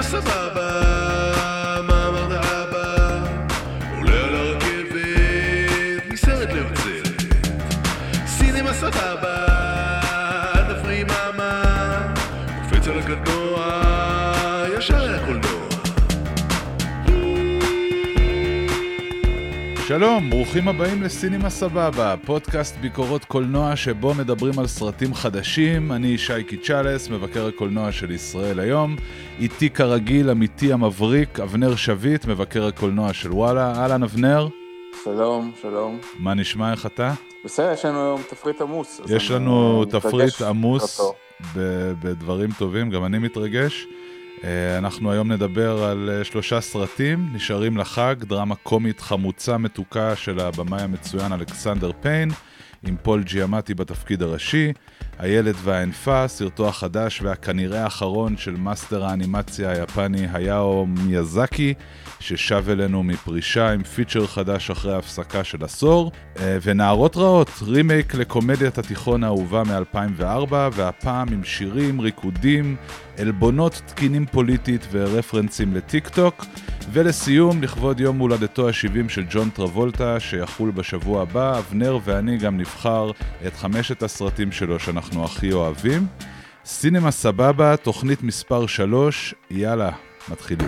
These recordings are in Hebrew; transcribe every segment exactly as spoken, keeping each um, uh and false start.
סבבה, מה אמרת אבא? עולה על הרכבת, מסרט להרצלת. סינמה סבבה, אל תפריעי מאמה. קופץ על הקטנוע, ישר הקולנוע. שלום, ברוכים הבאים לסינמה סבבה, פודקאסט ביקורות קולנוע שבו מדברים על סרטים חדשים. אני שייקי צ'אלס, מבקר הקולנוע של ישראל היום. איתי כרגיל, אמיתי המבריק, אבנר שביט, מבקר הקולנוע של וואלה. אהלן אבנר. שלום, שלום. מה נשמע, איך אתה? בסדר, יש לנו היום תפריט עמוס. יש לנו תפריט עמוס ב- בדברים טובים, גם אני מתרגש. אנחנו היום נדבר על שלושה סרטים, נשארים לחג, דרמה קומית חמוצה מתוקה של הבמאי המצוין אלכסנדר פיין, עם פול ג'יאמטי בתפקיד הראשי, הילד והאנפה, סרטו החדש והכנראה האחרון של מאסטר האנימציה היפני היאו מיאזקי, ששב אלינו מפרישה עם פיצ'ר חדש אחרי הפסקה של עשור, ונערות רעות, רימייק לקומדיית התיכון האהובה מ-אלפיים וארבע, והפעם עם שירים, ריקודים, אלבונות תקינים פוליטית ורפרנסים לטיק טוק, ולסיום, לכבוד יום הולדתו ה-שבעים של ג'ון טרבולטה, שיחול בשבוע הבא, אבנר ואני גם נבחר את חמשת הסרטים שלו שאנחנו הכי אוהבים. סינמה סבבה, תוכנית מספר שלוש, יאללה, מתחילים.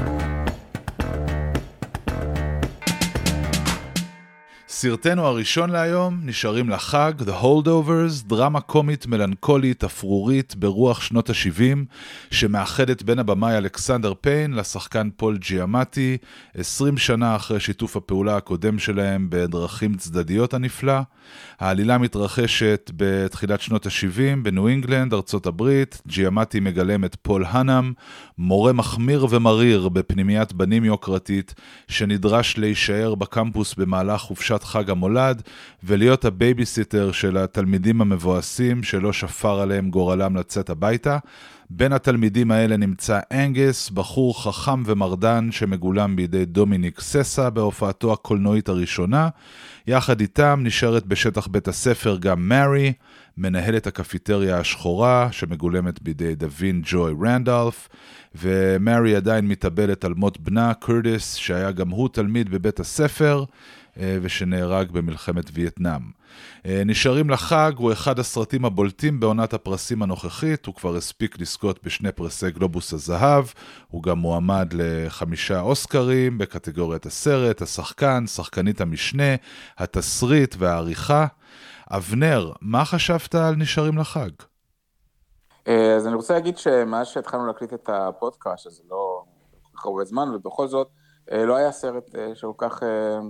סרטנו הראשון להיום, נשארים לחג, The Holdovers, דרמה קומית מלנכולית, אפרורית, ברוח שנות ה-שבעים, שמאחדת בין הבמאי אלכסנדר פיין לשחקן פול ג'יאמטי, עשרים שנה אחרי שיתוף הפעולה הקודם שלהם בדרכים צדדיות הנפלא. העלילה מתרחשת בתחילת שנות ה-שבעים, בניו אינגלנד, ארצות הברית. ג'יאמטי מגלם את פול הנאם, מורה מחמיר ומריר בפנימיית בנים יוקרתית, שנדרש להישאר בקמפוס במהלך חופשת חג המולד, ולהיות הבייביסיטר של התלמידים המבואסים שלא שפר עליהם גורלם לצאת הביתה. בין התלמידים האלה נמצא אנגס, בחור חכם ומרדן שמגולם בידי דומיניק ססה בהופעתו הקולנועית הראשונה. יחד איתם נשארת בשטח בית הספר גם מרי, מנהלת הקפיטריה השחורה שמגולמת בידי דווין ג'וי רנדולף, ומרי עדיין מתאבלת על מות בנה קורטיס, שהיה גם הוא תלמיד בבית הספר ושנהרג במלחמת וייטנאם. נשארים לחג הוא אחד הסרטים הבולטים בעונת הפרסים הנוכחית, הוא כבר הספיק לזכות בשני פרסי גלובוס הזהב, הוא גם מועמד לחמישה אוסקרים בקטגוריית הסרט, השחקן, שחקנית המשנה, התסריט והעריכה. אבנר, מה חשבת על נשארים לחג? אז אני רוצה להגיד שמאז שהתחלנו להקליט את הפודקאסט, אז לא כל כך הרבה זמן, ובכל זאת לא היה סרט שכל כך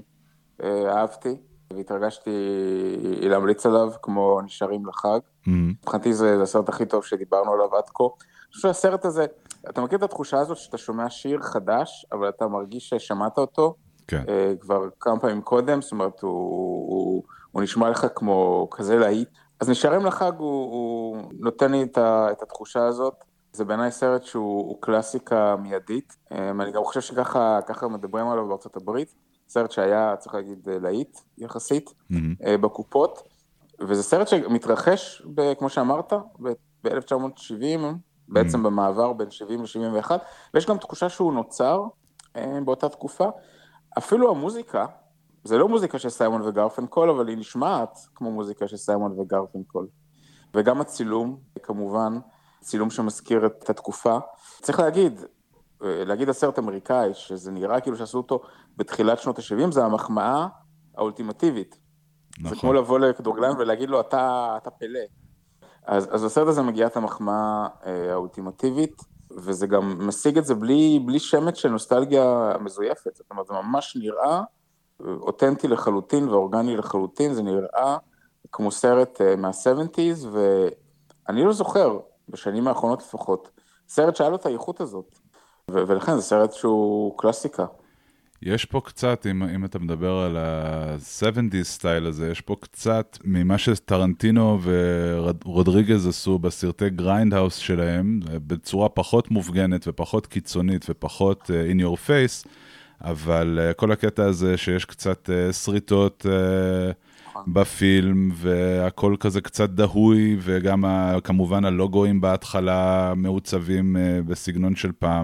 אהבתי, והתרגשתי להמליץ עליו כמו נשארים לחג. מבחינתי זה הסרט הכי טוב שדיברנו עליו עד כה. אני חושב שהסרט הזה, אתה מכיר את התחושה הזאת שאתה שומע שיר חדש, אבל אתה מרגיש ששמעת אותו כבר כמה פעמים קודם, זאת אומרת, הוא... הוא נשמע לך כמו כזה להיט. אז נשארים לחג, הוא, הוא נותן לי את, ה, את התחושה הזאת. זה בעיניי סרט שהוא קלאסיקה מיידית. אני גם חושב שככה ככה מדברים עליו בארצות הברית. סרט שהיה, צריך להגיד, להיט יחסית, mm-hmm. בקופות. וזה סרט שמתרחש, ב, כמו שאמרת, ב-אלף תשע מאות שבעים, mm-hmm. בעצם במעבר בין שבעים ל-שבעים ואחת. ויש גם תחושה שהוא נוצר באותה תקופה. אפילו המוזיקה, זה לא מוזיקה של סיימון וגרפנקול, אבל היא נשמעת כמו מוזיקה של סיימון וגרפנקול. וגם הצילום, כמובן, צילום שמזכיר את התקופה. צריך להגיד, להגיד הסרט אמריקאי, שזה נראה כאילו שעשו אותו בתחילת שנות ה-שבעים, זה המחמאה האולטימטיבית. נכון. זה כמו לבוא לכדורגלן ולהגיד לו, אתה, אתה פלא. אז, אז הסרט הזה מגיע את המחמאה האולטימטיבית, וזה גם משיג את זה בלי, בלי שמץ של נוסטלגיה מזויפת. זאת אומרת, זה ממש נראה אותנטי לחלוטין ואורגני לחלוטין, זה נראה כמו סרט מה-שבעים, ואני לא זוכר, בשנים האחרונות לפחות, סרט שהיה לו את האיכות הזאת, ו- ולכן זה סרט שהוא קלאסיקה. יש פה קצת, אם, אם אתה מדבר על ה-שבעים סטייל הזה, יש פה קצת ממה שטרנטינו ורודריגז עשו בסרטי גריינדהאוס שלהם, בצורה פחות מופגנת ופחות קיצונית ופחות uh, in your face, אבל uh, כל הקטע הזה שיש קצת uh, שריטות uh, בפילם, והכל כזה קצת דהוי, וגם ה, כמובן הלוגויים בהתחלה מעוצבים uh, בסגנון של פעם,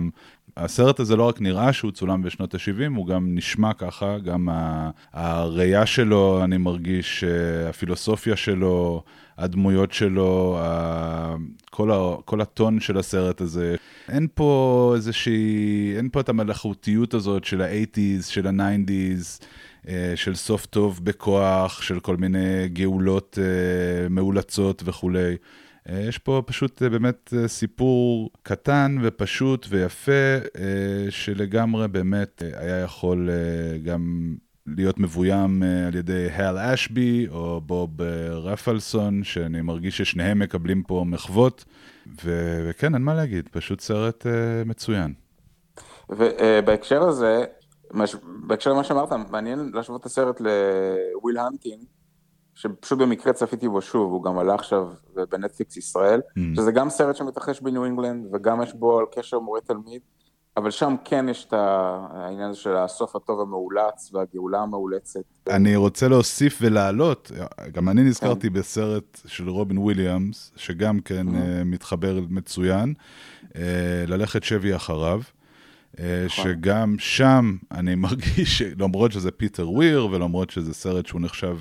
הסרט הזה לא רק נראה שהוא צולם בשנות ה-שבעים, הוא גם נשמע ככה, גם הראייה שלו, אני מרגיש, הפילוסופיה שלו, הדמויות שלו, כל, ה, כל הטון של הסרט הזה. אין פה איזושהי, אין פה את המלאכותיות הזאת של ה-שמונים, של ה-תשעים, של סוף טוב בכוח, של כל מיני גאולות מאולצות וכו'. יש פה פשוט באמת סיפור קטן ופשוט ויפה, שלגמרי באמת היה יכול גם להיות מבוים על ידי הל אשבי או בוב רפלסון, שאני מרגיש ששניהם מקבלים פה מחוות, וכן, אין מה להגיד, פשוט סרט מצוין. ובהקשר הזה, בהקשר למה שאמרת, מעניין להשוות את הסרט לוויל הנטינג, שפשוט במקרה צפיתי בו שוב, הוא גם עלה עכשיו בנטפליקס ישראל, mm. שזה גם סרט שמתרחש בניו אינגלנד, וגם יש בו על קשר מורה תלמיד, אבל שם כן יש את העניין הזה של הסוף הטוב המאולץ, והגאולה המאולצת. אני רוצה להוסיף ולעלות, גם אני נזכרתי כן. בסרט של רובין וויליאמס, שגם כן mm. מתחבר מצוין, ללכת שבי אחריו, שגם שם אני מרגיש, למרות שזה פיטר וויר, ולמרות שזה סרט שהוא נחשב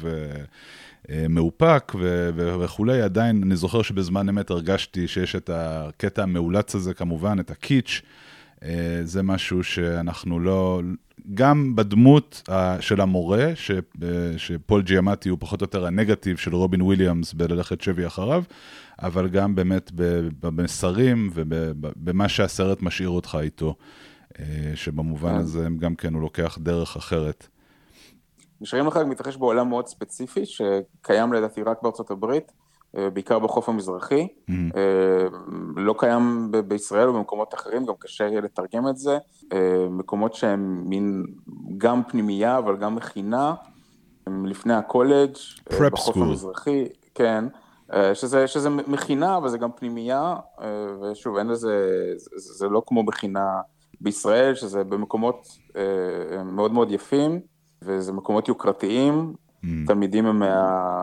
מאופק וכולי, עדיין אני זוכר שבזמן אמת הרגשתי שיש את הקטע המאולץ הזה, כמובן, את הקיץ', זה משהו שאנחנו לא, גם בדמות של המורה, שפול ג'יאמטי הוא פחות או יותר הנגטיב של רובין וויליאמס בללכת שבי אחריו, אבל גם באמת במסרים ובמה שהסרט משאיר אותך איתו. שבמובן הזה גם כן הוא לוקח דרך אחרת. נשארים לחג מתרחש בעולם מאוד ספציפי, שקיים לדעתי רק בארצות הברית, בעיקר בחוף המזרחי, לא קיים בישראל ובמקומות אחרים, גם קשה לתרגם את זה, מקומות שהם מין גם פנימייה, אבל גם מכינה, לפני הקולג' בחוף המזרחי, כן, שזה, שזה מכינה, אבל זה גם פנימייה, ושוב, אין לזה, זה, זה לא כמו מכינה בישראל, שזה במקומות אה, מאוד מאוד יפים, וזה מקומות יוקרתיים, mm. תלמידים הם מה...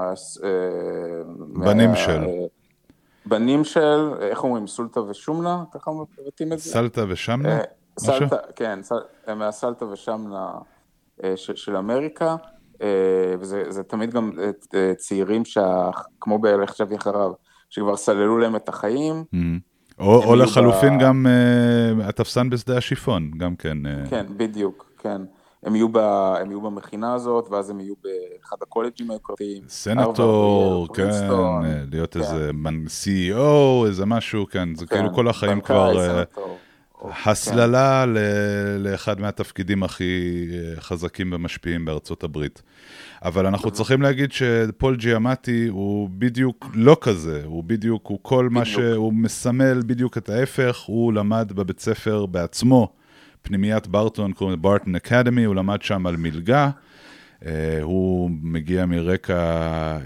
אה, בנים מה, של. אה, בנים של, איך אומרים, סולטה ושומנה, ככה מבטאים את זה? סלטה ושמנה? אה, סלטה, כן, סל, הם מהסלטה ושמנה אה, של, של אמריקה, אה, וזה זה תמיד גם אה, צעירים, שה, כמו בהלך שבי אחריו, שכבר סללו להם את החיים, mm. או, או לחלופין ב... גם uh, התפסן בשדה השיפון, גם כן. Uh... כן, בדיוק, כן. הם יהיו, ב... הם יהיו במכינה הזאת, ואז הם יהיו באחד הקולג'ים היוקרתיים. סנטור, כן, להיות כן. איזה סי אי או, איזה משהו, כן, זה כן. כאילו כל החיים בנקאי, כבר uh, הסללה כן. ל... לאחד מהתפקידים הכי חזקים ומשפיעים בארצות הברית. אבל אנחנו צריכים להגיד שפול ג'יאמטי הוא בדיוק לא כזה, הוא בדיוק, הוא כל מה שהוא מסמל בדיוק את ההפך, הוא למד בבית ספר בעצמו, פנימיית ברטון, קוראים לזה ברטון אקדמי, הוא למד שם על מלגה, הוא מגיע מרקע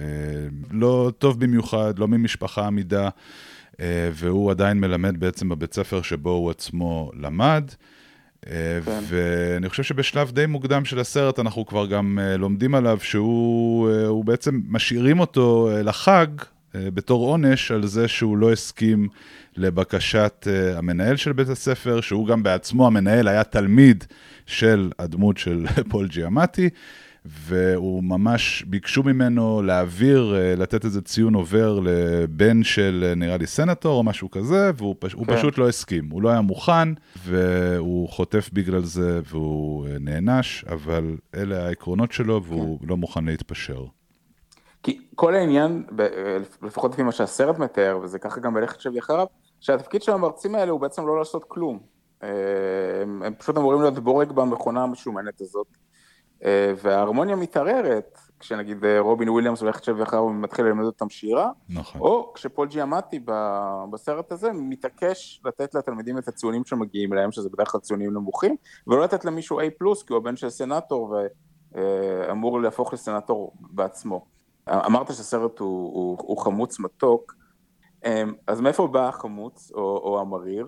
לא טוב במיוחד, לא ממשפחה עמידה, והוא עדיין מלמד בעצם בבית ספר שבו הוא עצמו למד, כן. ואני חושב שבשלב די מוקדם של הסרט אנחנו כבר גם לומדים עליו שהוא בעצם משאירים אותו לחג בתור עונש על זה שהוא לא הסכים לבקשת המנהל של בית הספר, שהוא גם בעצמו המנהל היה תלמיד של הדמות של פול ג'יאמטי, והוא ממש ביקשו ממנו להעביר, לתת איזה ציון עובר לבן של נראה לי סנטור או משהו כזה, והוא פש... כן. פשוט לא הסכים, הוא לא היה מוכן, והוא חוטף בגלל זה, והוא נענש, אבל אלה העקרונות שלו, והוא כן. לא מוכן להתפשר. כי כל העניין, לפחות לפי מה שהסרט מתאר, וזה ככה גם בלכת שבי אחריו, שהתפקיד של המרצים האלה הוא בעצם לא לעשות כלום. הם, הם פשוט אמורים להיות בורג במכונה המשומנת הזאת, וההרמוניה מתערערת, כשנגיד רובין וויליאמס הולכת שבי אחריו ומתחיל ללמד אותם שירה, נכון. או כשפול ג'יאמטי בסרט הזה מתעקש לתת לתלמידים את הציונים שמגיעים להם, שזה בדרך כלל ציונים נמוכים, ולא לתת למישהו A פלוס, כי הוא הבן של סנטור ואמור להפוך לסנטור בעצמו. אמרת שהסרט הוא, הוא, הוא חמוץ מתוק, אז מאיפה בא החמוץ או, או המריר?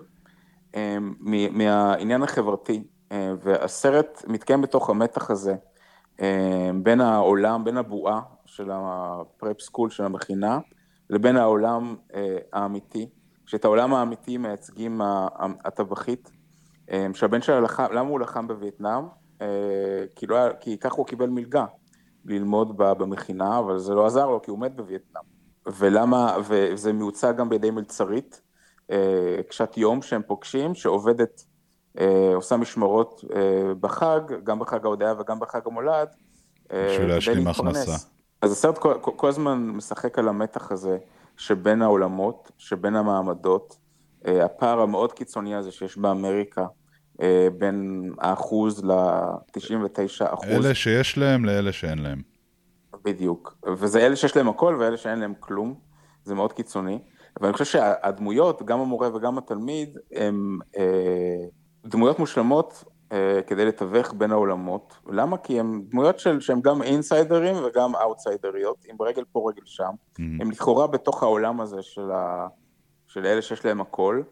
מהעניין החברתי, והסרט מתקיים בתוך המתח הזה, בין העולם, בין הבועה של הפרפ סקול של המכינה, לבין העולם האמיתי, שאת העולם האמיתי מייצגים הטבחית שהבן שלה לחם, למה הוא לחם בווייטנאם? כי, לא היה, כי ככה הוא קיבל מלגה ללמוד במכינה, אבל זה לא עזר לו כי הוא מת בווייטנאם. ולמה, וזה מיוצא גם בידי מלצרית, קשת יום שהם פוגשים, שעובדת, עושה משמרות בחג, גם בחג ההודעה וגם בחג המולד, בשביל להשלים הכנסה. אז הסרט כל, כל, כל הזמן משחק על המתח הזה, שבין העולמות, שבין המעמדות, הפער המאוד קיצוני הזה שיש באמריקה, בין האחוז ל-תשעים ותשע אחוז. אלה שיש להם לאלה שאין להם. בדיוק. וזה אלה שיש להם הכל ואלה שאין להם כלום. זה מאוד קיצוני. ואני חושב שהדמויות, גם המורה וגם התלמיד, הם דמויות מושלמות כדי לתווך בין העולמות. למה? כי הם דמויות של, שהם גם אינסיידרים וגם אאוטסיידריות, עם רגל פה רגל שם. Mm-hmm. הם לכאורה בתוך העולם הזה של, ה, של אלה שיש להם הכל.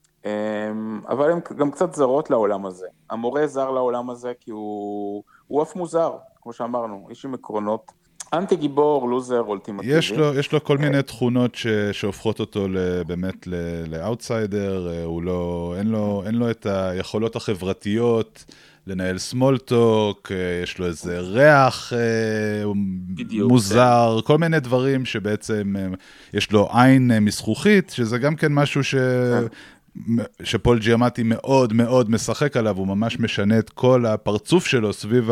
אבל הן גם קצת זרות לעולם הזה. המורה זר לעולם הזה כי הוא, הוא אף מוזר, כמו שאמרנו, איש עם עקרונות, אנטי גיבור, לוזר, אולטימטיבי. יש לו, יש לו כל מיני תכונות ש, שהופכות אותו באמת לאוטסיידר, הוא לא, אין לו, אין לו את היכולות החברתיות לנהל סמולטוק, יש לו איזה ריח בדיוק, מוזר, כן. כל מיני דברים שבעצם יש לו עין מזכוכית, שזה גם כן משהו ש... כן. שפול ג'יאמטי מאוד מאוד משחק עליו, הוא ממש משנה את כל הפרצוף שלו סביב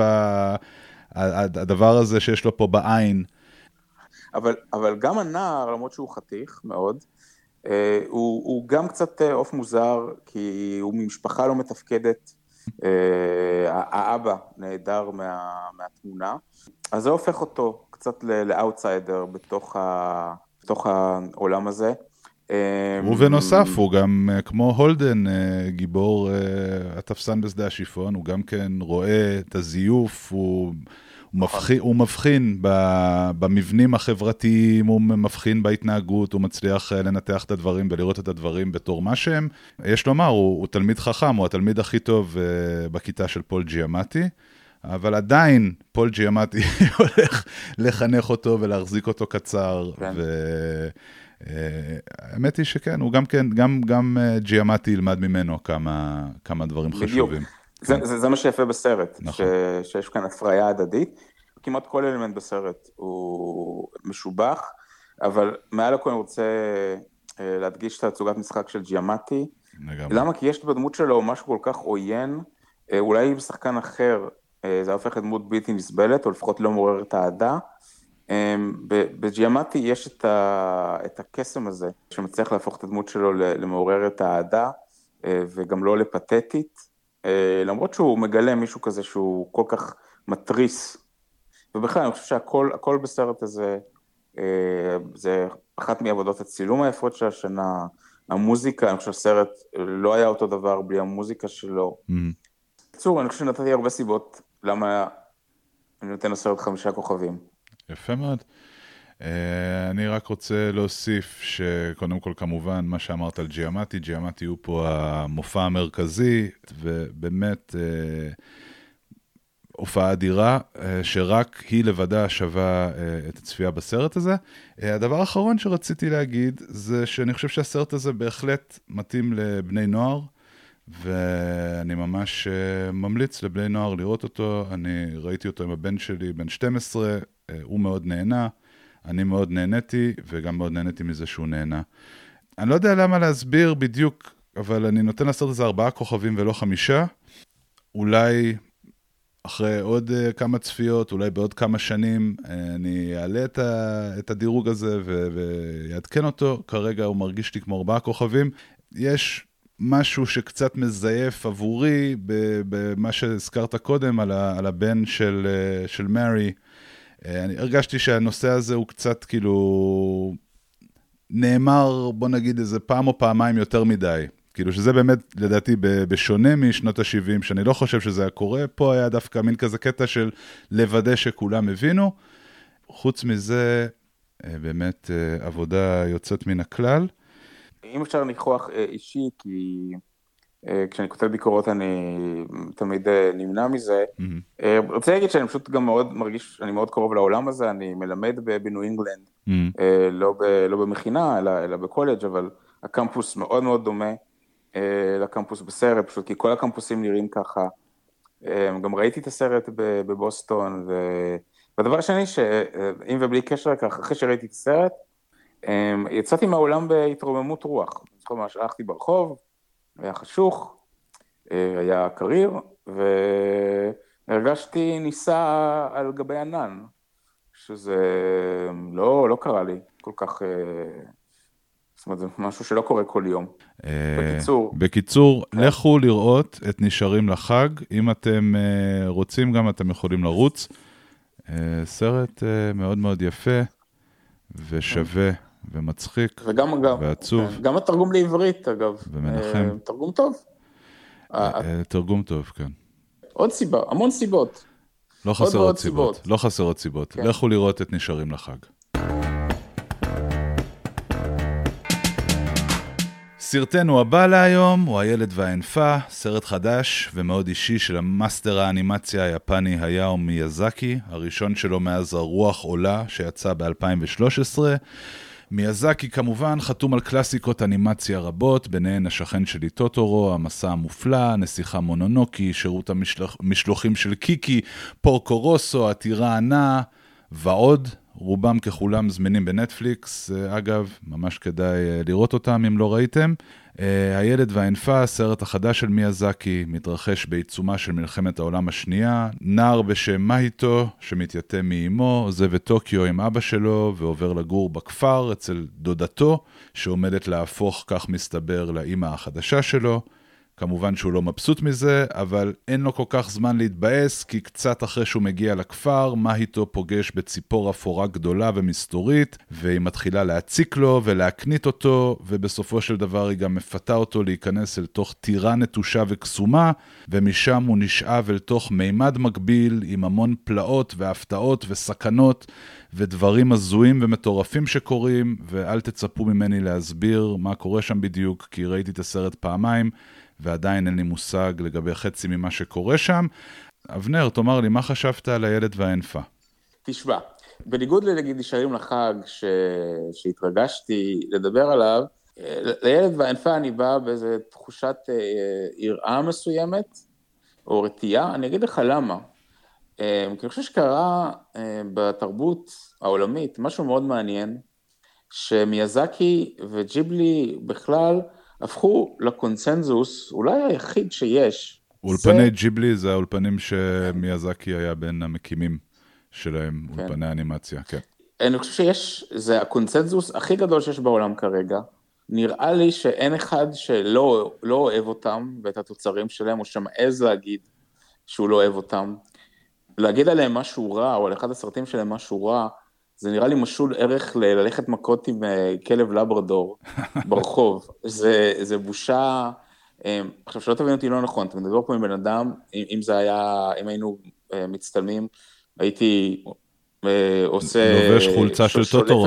הדבר הזה שיש לו פה בעין. אבל, אבל גם הנער, למרות שהוא חתיך מאוד, הוא, הוא גם קצת אוף מוזר, כי הוא ממשפחה לא מתפקדת, האבא נהדר מה, מהתמונה, אז זה הופך אותו קצת לאוטסיידר בתוך, ה, בתוך העולם הזה. ובנוסף, הוא גם כמו הולדן, גיבור התפסן בשדה השיפון, הוא גם כן רואה את הזיוף, הוא מבחין, הוא מבחין במבנים החברתיים, הוא מבחין בהתנהגות, הוא מצליח לנתח את הדברים ולראות את הדברים בתור מה שהם. יש לומר, הוא, הוא תלמיד חכם, הוא התלמיד הכי טוב בכיתה של פול ג'יאמטי, אבל עדיין פול ג'יאמטי הולך לחנך אותו ולהחזיק אותו קצר, כן. ו... האמת היא שכן, הוא גם כן, גם, גם ג'יאמטי ילמד ממנו כמה, כמה דברים בדיוק. חשובים. זה, זה, זה מה שיפה בסרט, נכון. ש, שיש כאן הפריה הדדית, כמעט כל אלמנט בסרט הוא משובח, אבל מעל הכל אני רוצה להדגיש את הצוגת משחק של ג'יאמטי, למה? כי יש בדמות שלו משהו כל כך עוין, אולי בשחקן אחר, זה הופך לדמות בלתי נסבלת, או לפחות לא מעורר את האהדה, בג'יאמטי יש את, ה, את הקסם הזה, שמצליח להפוך את הדמות שלו למעורר את האהדה, וגם לא לפתטית, למרות שהוא מגלה מישהו כזה שהוא כל כך מטריס, ובכלל אני חושב שהכל הכל בסרט הזה, זה אחת מעבודות הצילום היפות של השנה, המוזיקה, אני חושב שהסרט לא היה אותו דבר בלי המוזיקה שלו. בקיצור, mm. אני חושב שנתתי הרבה סיבות למה אני נותן לסרט חמישה כוכבים. יפה מאוד. אני רק רוצה להוסיף שקודם כל כמובן מה שאמרת על ג'יאמטי, ג'יאמטי הוא פה המופע המרכזי, ובאמת הופעה אדירה, שרק היא לבדה שווה את הצפייה בסרט הזה. הדבר האחרון שרציתי להגיד, זה שאני חושב שהסרט הזה בהחלט מתאים לבני נוער, ואני ממש ממליץ לבני נוער לראות אותו. אני ראיתי אותו עם הבן שלי, בן שתים עשרה, הוא מאוד נהנה, אני מאוד נהניתי, וגם מאוד נהניתי מזה שהוא נהנה. אני לא יודע למה להסביר בדיוק, אבל אני נותן לסרט הזה ארבעה כוכבים ולא חמישה. אולי אחרי עוד כמה צפיות, אולי בעוד כמה שנים, אני אעלה את, ה, את הדירוג הזה ו, ויעדכן אותו. כרגע הוא מרגיש לי כמו ארבעה כוכבים. יש משהו שקצת מזייף עבורי, במה שהזכרת קודם, על, ה, על הבן של, של מרי. אני הרגשתי שהנושא הזה הוא קצת כאילו נאמר, בוא נגיד איזה פעם או פעמיים יותר מדי. כאילו שזה באמת לדעתי בשונה משנות ה-שבעים, שאני לא חושב שזה היה קורה, פה היה דווקא מין כזה קטע של לוודא שכולם הבינו. חוץ מזה, באמת עבודה יוצאת מן הכלל. אם אפשר ניחוח אישי, כי כשאני כותב ביקורות אני תמיד נמנע מזה. Mm-hmm. רוצה להגיד שאני פשוט גם מאוד מרגיש, אני מאוד קרוב לעולם הזה, אני מלמד בניו אינגלנד, mm-hmm. לא, ב, לא במכינה, אלא, אלא בקולג', אבל הקמפוס מאוד מאוד דומה לקמפוס בסרט, פשוט כי כל הקמפוסים נראים ככה. גם ראיתי את הסרט בבוסטון, והדבר השני, שאם ובלי קשר לכך, אחרי שראיתי את הסרט, יצאתי מהעולם בהתרוממות רוח. זוכר מה, הלכתי ברחוב, היה חשוך, היה קריר, והרגשתי ניסה על גבי ענן, שזה לא, לא קרה לי כל כך, זאת אומרת, זה משהו שלא קורה כל יום. בקיצור. בקיצור, לכו לראות את נשארים לחג, אם אתם רוצים גם אתם יכולים לרוץ. סרט מאוד מאוד יפה, ושווה, ומצחיק, וגם, גם, ועצוב. גם התרגום לעברית, אגב. ומנחם. תרגום טוב. תרגום טוב, כן. עוד סיבה, המון סיבות. לא חסרות סיבות, לא חסרות סיבות. לכו לראות את נשארים לחג. סרטנו הבא להיום הוא הילד והאנפה, סרט חדש ומאוד אישי של המאסטר האנימציה היפני היאו מיאזקי, הראשון שלו מאז הרוח עולה שיצא ב-אלפיים ושלוש עשרה. מיאזקי כמובן חתום על קלאסיקות אנימציה רבות, ביניהן השכן שלי טוטורו, המסע המופלא, נסיכה מונונוקי, שירות המשלוחים של קיקי, פורקו רוסו, הטירה ענה ועוד. רובם ככולם זמינים בנטפליקס, אגב, ממש כדאי לראות אותם אם לא ראיתם. הילד והאנפה, הסרט החדש של מיאזקי, מתרחש בעיצומה של מלחמת העולם השנייה. נער בשם מאיטו, שמתייתם מאמו, עוזב את טוקיו עם אבא שלו, ועובר לגור בכפר אצל דודתו, שעומדת להפוך, כך מסתבר, לאמא החדשה שלו. כמובן שהוא לא מבסוט מזה, אבל אין לו כל כך זמן להתבאס, כי קצת אחרי שהוא מגיע לכפר, מאיטו פוגש בציפור אפורה גדולה ומסתורית, והיא מתחילה להציק לו ולהקנית אותו, ובסופו של דבר היא גם מפתה אותו להיכנס אל תוך טירה נטושה וקסומה, ומשם הוא נשאב אל תוך מימד מקביל, עם המון פלאות והפתעות וסכנות, ודברים הזויים ומטורפים שקורים, ואל תצפו ממני להסביר מה קורה שם בדיוק, כי ראיתי את הסרט פעמיים, ועדיין אין לי מושג לגבי חצי ממה שקורה שם. אבנר, תאמר לי, מה חשבת על הילד והאנפה? תשמע, בניגוד לנגיד נשארים לחג ש... שהתרגשתי לדבר עליו, לילד והאנפה אני בא באיזו תחושת יראה מסוימת, או רתיעה. אני אגיד לך למה. כי אני חושב שקרה בתרבות העולמית משהו מאוד מעניין, שמיאזקי וג'יבלי בכלל הפכו לקונסנזוס, אולי היחיד שיש. אולפני זה... ג'יבלי זה האולפנים שמיאזקי היה בין המקימים שלהם, כן. אולפני האנימציה, כן. אני חושב שיש, זה הקונסנזוס הכי גדול שיש בעולם כרגע. נראה לי שאין אחד שלא לא אוהב אותם, ואת התוצרים שלהם, או שמעז להגיד שהוא לא אוהב אותם. להגיד עליהם משהו רע, או על אחד הסרטים שלהם משהו רע, זה נראה לי משול ערך ללכת מכות עם כלב לברדור ברחוב. זה, זה בושה. עכשיו, שלא תבין אותי לא נכון, אתה מדבר פה עם בן אדם, אם זה היה, אם היינו מצטלמים, הייתי עושה... לובש חולצה של טוטורו.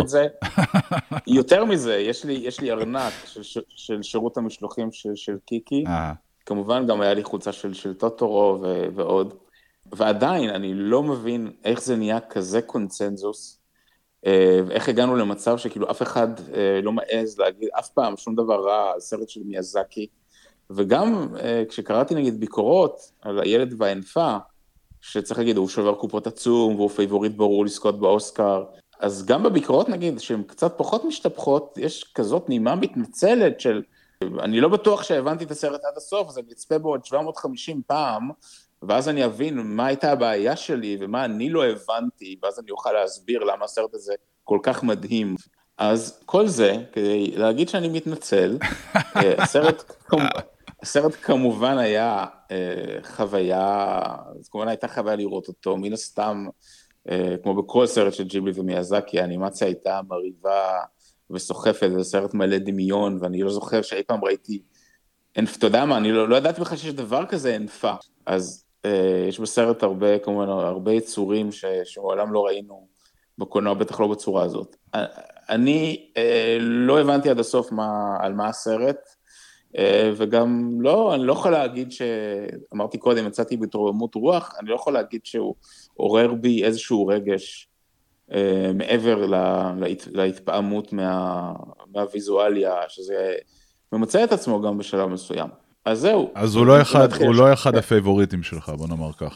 יותר מזה, יש לי, יש לי ארנק של, של שירות המשלוחים של, של קיקי, כמובן גם היה לי חולצה של, של טוטורו ו, ועוד, ועדיין אני לא מבין איך זה נהיה כזה קונצנזוס, ואיך הגענו למצב שכאילו אף אחד לא מעז להגיד אף פעם שום דבר רע על סרט של מיאזקי, וגם כשקראתי נגיד ביקורות על הילד והאנפה, שצריך להגיד הוא שובר קופות עצום והוא פייבוריט ברור לזכות באוסקר, אז גם בביקורות נגיד שהן קצת פחות משתפחות, יש כזאת נימה מתנצלת של, אני לא בטוח שהבנתי את הסרט עד הסוף, אז אני אצפה בו עוד שבע מאות וחמישים פעם, ואז אני אבין מה הייתה הבעיה שלי, ומה אני לא הבנתי, ואז אני אוכל להסביר למה הסרט הזה כל כך מדהים. אז כל זה, כדי להגיד שאני מתנצל, הסרט, הסרט כמובן היה חוויה, אז כמובן הייתה חוויה לראות אותו, מן הסתם, כמו בכל סרט של ג'יבלי ומיאזקי, האנימציה הייתה מריבה וסוחפת, זה סרט מלא דמיון, ואני לא זוכר שאי פעם ראיתי, אתה יודע מה, אני לא, לא ידעתי בכלל שיש דבר כזה אנפה, אז אה, יש בסרט הרבה, כמובן, הרבה יצורים ש, שמעולם לא ראינו בקולנוע, בטח לא בצורה הזאת. אני אה, לא הבנתי עד הסוף מה, על מה הסרט, אה, וגם לא, אני לא יכול להגיד שאמרתי קודם, יצאתי בתרוממות רוח, אני לא יכול להגיד שהוא עורר בי איזשהו רגש, אה, מעבר לה, לה, להתפעמות מה, מהוויזואליה, שזה ומוצא את עצמו גם בשלב מסוים. אז זהו. אז הוא לא אחד, הוא לא אחד הפייבוריטים שלך, בוא נאמר כך.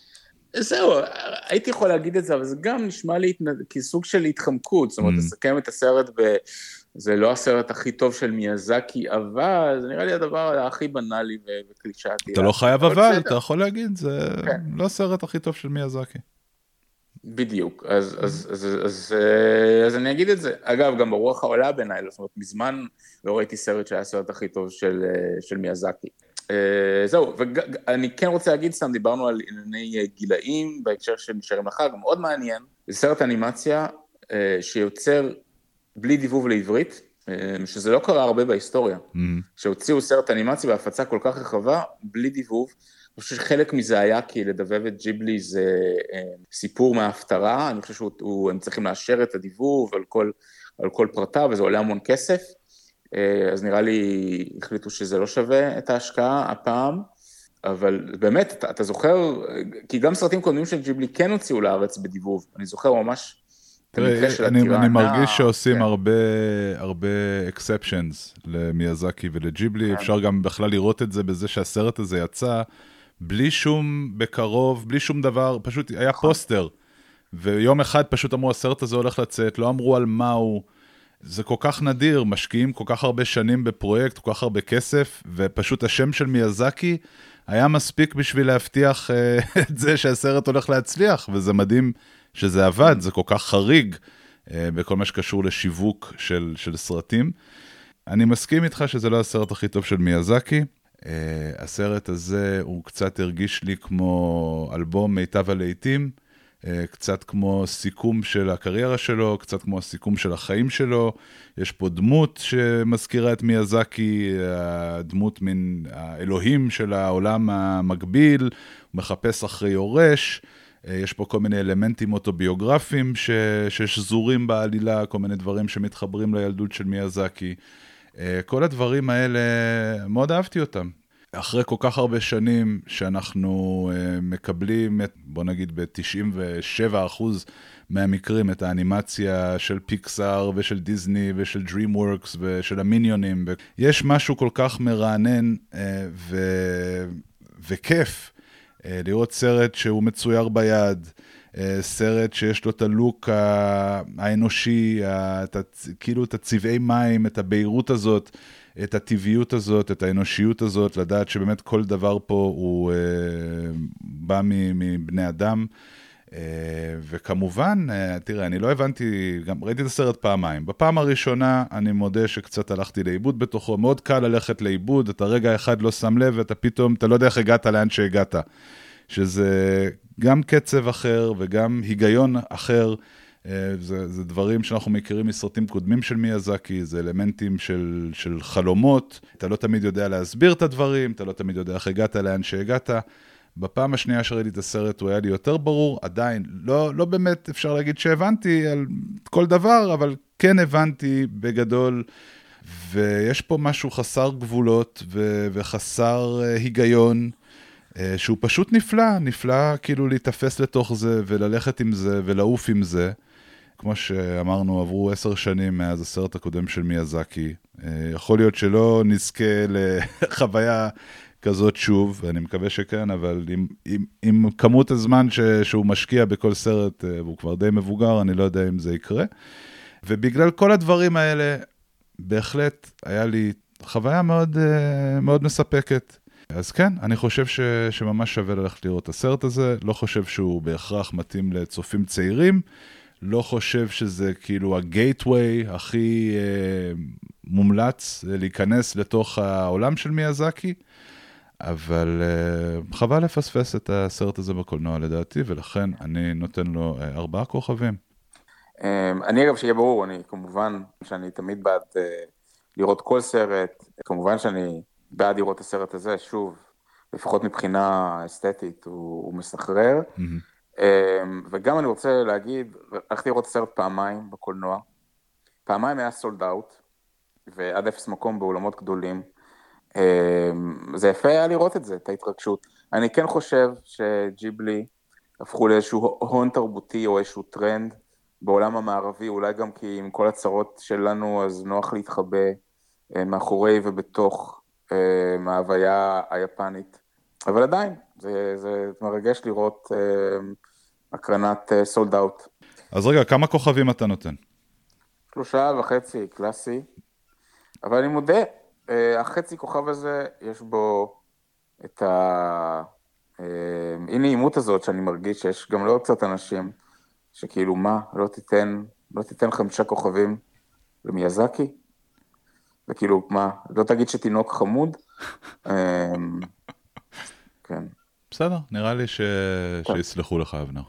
זהו, הייתי יכול להגיד את זה, אבל זה גם נשמע לי כסוג של התחמקות, זאת אומרת, לסכם את הסרט ב... זה לא הסרט הכי טוב של מיאזקי, אבל זה נראה לי הדבר הכי בנאלי וקלישאתי. אתה לא חייב אבל, אתה יכול להגיד, זה לא הסרט הכי טוב של מיאזקי. בדיוק, אז, אז, אז, אז, אז אני אגיד את זה. אגב, גם ברוח העולה בעיניי, זאת אומרת, מזמן לא ראיתי סרט שהיה הסרט הכי טוב של, של מיאזקי. זהו, ואני כן רוצה להגיד, סתם דיברנו על ענייני גילאים, בהקשר של נשארים לחג, מאוד מעניין. זה סרט אנימציה שיוצר בלי דיבוב לעברית, שזה לא קרה הרבה בהיסטוריה. שהוציאו סרט אנימציה בהפצה כל כך רחבה, בלי דיבוב, אני חושב שחלק מזה היה כי לדבב את ג'יבלי זה סיפור מההפטרה, אני חושב שהם צריכים לאשר את הדיבוב על כל, על כל פרטה, וזה עולה המון כסף, אז נראה לי החליטו שזה לא שווה את ההשקעה הפעם, אבל באמת, אתה, אתה זוכר, כי גם סרטים קודמים של ג'יבלי כן הוציאו לארץ בדיבוב, אני זוכר ממש את המקרה של אני, הטירנה. אני מרגיש שעושים כן. הרבה, הרבה exceptions למיאזקי ולג'יבלי, כן. אפשר גם בכלל לראות את זה בזה שהסרט הזה יצא, בלי שום בקרוב, בלי שום דבר, פשוט היה פוסטר, ויום אחד פשוט אמרו, הסרט הזה הולך לצאת, לא אמרו על מה הוא, זה כל כך נדיר, משקיעים כל כך הרבה שנים בפרויקט, כל כך הרבה כסף, ופשוט השם של מיאזקי היה מספיק בשביל להבטיח uh, את זה שהסרט הולך להצליח, וזה מדהים שזה עבד, זה כל כך חריג uh, בכל מה שקשור לשיווק של, של סרטים. אני מסכים איתך שזה לא הסרט הכי טוב של מיאזקי, uh, הסרט הזה הוא קצת הרגיש לי כמו אלבום מיטב הלהיטים, קצת כמו סיכום של הקריירה שלו, קצת כמו הסיכום של החיים שלו, יש פה דמות שמזכירה את מיאזקי, הדמות מן האלוהים של העולם המקביל, הוא מחפש אחרי יורש, יש פה כל מיני אלמנטים אוטוביוגרפיים ש... ששזורים בעלילה, כל מיני דברים שמתחברים לילדות של מיאזקי, כל הדברים האלה, מאוד אהבתי אותם. אחרי כל כך הרבה שנים שאנחנו uh, מקבלים, את, בוא נגיד ב-תשעים ושבעה אחוז מהמקרים, את האנימציה של פיקסאר ושל דיזני ושל DreamWorks ושל המיניונים, יש משהו כל כך מרענן uh, ו... וכיף uh, לראות סרט שהוא מצויר ביד, uh, סרט שיש לו את הלוק האנושי, את, כאילו את הצבעי מים, את הבהירות הזאת, את הטבעיות הזאת, את האנושיות הזאת, לדעת שבאמת כל דבר פה הוא אה, בא מבני אדם, אה, וכמובן, אה, תראה, אני לא הבנתי, גם ראיתי את הסרט פעמיים, בפעם הראשונה אני מודה שקצת הלכתי לאיבוד בתוכו, מאוד קל ללכת לאיבוד, אתה רגע אחד לא שם לב, ואתה פתאום, אתה לא יודע איך הגעת לאן שהגעת, שזה גם קצב אחר וגם היגיון אחר, זה, זה דברים שאנחנו מכירים מסרטים קודמים של מיאזקי, זה אלמנטים של, של חלומות, אתה לא תמיד יודע להסביר את הדברים, אתה לא תמיד יודע איך הגעת לאן שהגעת. בפעם השנייה שראיתי את הסרט הוא היה לי יותר ברור, עדיין לא, לא באמת אפשר להגיד שהבנתי על כל דבר, אבל כן הבנתי בגדול, ויש פה משהו חסר גבולות ו, וחסר היגיון, שהוא פשוט נפלא, נפלא כאילו להתאפס לתוך זה וללכת עם זה ולעוף עם זה. כמו שאמרנו, עברו עשר שנים מאז הסרט הקודם של מיאזקי. יכול להיות שלא נזכה לחוויה כזאת שוב, ואני מקווה שכן, אבל עם, עם, עם כמות הזמן ש, שהוא משקיע בכל סרט, והוא כבר די מבוגר, אני לא יודע אם זה יקרה. ובגלל כל הדברים האלה, בהחלט היה לי חוויה מאוד, מאוד מספקת. אז כן, אני חושב ש, שממש שווה ללכת לראות את הסרט הזה, לא חושב שהוא בהכרח מתאים לצופים צעירים, לא חושב שזה כאילו הגייטווי הכי אה, מומלץ להיכנס לתוך העולם של מיאזקי, אבל אה, חבל לפספס את הסרט הזה בקולנוע לדעתי, ולכן אני נותן לו אה, ארבעה כוכבים. אני אגב שיהיה ברור, אני כמובן שאני תמיד בעד אה, לראות כל סרט, כמובן שאני בעד לראות את הסרט הזה, שוב, לפחות מבחינה אסתטית, הוא, הוא מסחרר, mm-hmm. וגם אני רוצה להגיד, הלכתי לראות את הסרט פעמיים בקולנוע, פעמיים היה סולד אאוט, ועד אפס מקום באולמות גדולים, זה יפה היה לראות את זה, את ההתרגשות. אני כן חושב שג'יבלי הפכו לאיזשהו הון תרבותי או איזשהו טרנד בעולם המערבי, אולי גם כי עם כל הצרות שלנו אז נוח להתחבא מאחורי ובתוך מההוויה היפנית. אבל עדיין, זה, זה מרגש לראות הקרנת סולד אאוט. אז רגע, כמה כוכבים אתה נותן? שלושה וחצי, קלאסי. אבל אני מודה, החצי כוכב הזה, יש בו את ה... הנה אימות הזאת שאני מרגיש שיש גם לא קצת אנשים שכאילו מה, לא תיתן, לא תיתן חמישה כוכבים למיאזקי? וכאילו מה, לא תגיד שתינוק חמוד? כן. בסדר, נראה לי ש... שיסלחו לך, אבנר.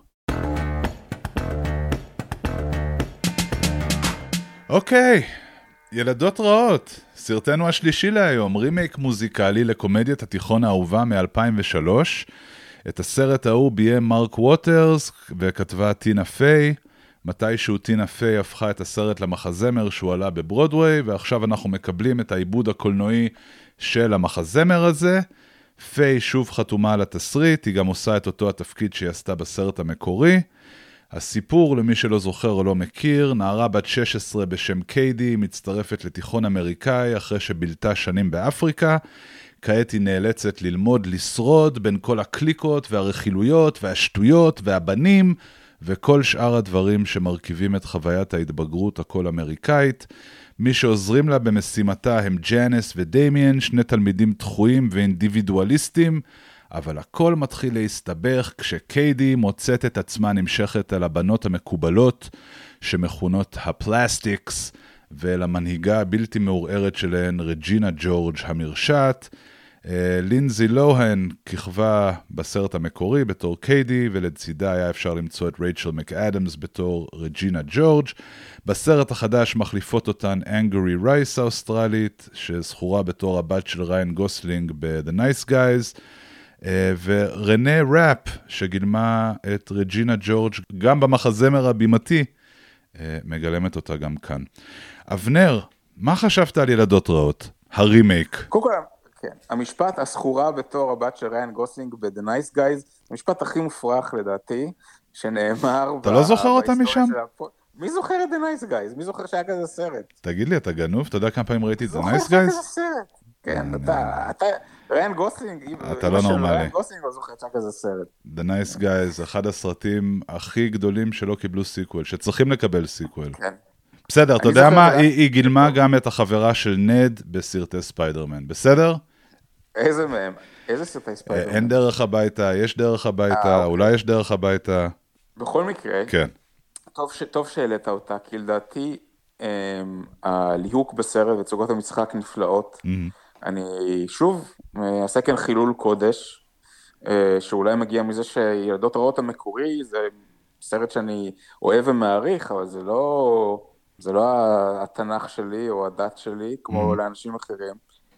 אוקיי, ילדות רעות, סרטנו השלישי להיום, רימייק מוזיקלי לקומדיית התיכון האהובה מ-אלפיים ושלוש. את הסרט ההוא ביים מרק ווטרס וכתבה טינה פיי. מתישהו טינה פיי הפכה את הסרט למחזמר שהוא עלה בברודווי, ועכשיו אנחנו מקבלים את העיבוד הקולנועי של המחזמר הזה. פיי שוב חתומה על התסריט, היא גם עושה את אותו התפקיד שהיא עשתה בסרט המקורי. הסיפור, למי שלא זוכר או לא מכיר, נערה בת שש עשרה בשם קיידי, מצטרפת לתיכון אמריקאי אחרי שבילתה שנים באפריקה. כעת היא נאלצת ללמוד לשרוד בין כל הקליקות והרכילויות והשטויות והבנים וכל שאר הדברים שמרכיבים את חוויית ההתבגרות הכל אמריקאית. מי שעוזרים לה במשימתה הם ג'אנס ודמיאן, שני תלמידים דחויים ואינדיבידואליסטים, אבל הכל מתחיל להסתבך כשקיידי מוצאת את עצמה נמשכת על הבנות המקובלות שמכונות הפלסטיקס, ואל המנהיגה הבלתי מעורערת שלהן רג'ינה ג'ורג' המרשעת. לינזי לוהן כיכבה בסרט המקורי בתור קיידי, ולצידה היה אפשר למצוא את רייצ'ל מקאדמס בתור רג'ינה ג'ורג'. בסרט החדש מחליפות אותן אנגרי רייס האוסטרלית, שזכורה בתור הבת של ריין גוסלינג ב-The Nice Guys, ורנה ראפ שגילמה את רג'ינה ג'ורג' גם במחזמר הבימתי, מגלמת אותה גם כאן. אבנר, מה חשבת על ילדות רעות? הרימייק. קודם כל, כן. המשפט הסחורה בתור הבת של ריין גוסלינג ב-The Nice Guys, המשפט הכי מופרך לדעתי, שנאמר... אתה לא זוכר אותה משם? מי זוכר את The Nice Guys? מי זוכר שהיה כזה סרט? תגיד לי, אתה גנוב? אתה יודע כמה פעמים ראיתי את The Nice Guys? זוכר שהיה כזה סרט. כן, אתה... ריין גוסלינג, אתה לא נורמלי. ריין גוסלינג לא זוכר שהיה כזה סרט. The Nice Guys, אחד הסרטים הכי גדולים שלא קיבלו סיקוול, שצריכים לקבל סיקוול. כן. בסדר, אתה יודע מה? היא גילמה גם את החברה של נד בסרטי ספיידרמן, בסדר? איזה מהם? איזה סרטי ספיידרמן? אין דרך הביתה, יש דרך הביתה, אולי יש דרך הביתה. בכל מקרה, כן. טוב שהעלית אותה, כי לדעתי הליהוק בסרט וצוגות המשחק נפלאות. אני שוב אעשה כאן חילול קודש, שאולי מגיע מזה שילדות רעות המקורי, זה סרט שאני אוהב ומעריך, אבל זה לא, זה לא התנ"ך שלי או הדת שלי, כמו לאנשים אחרים.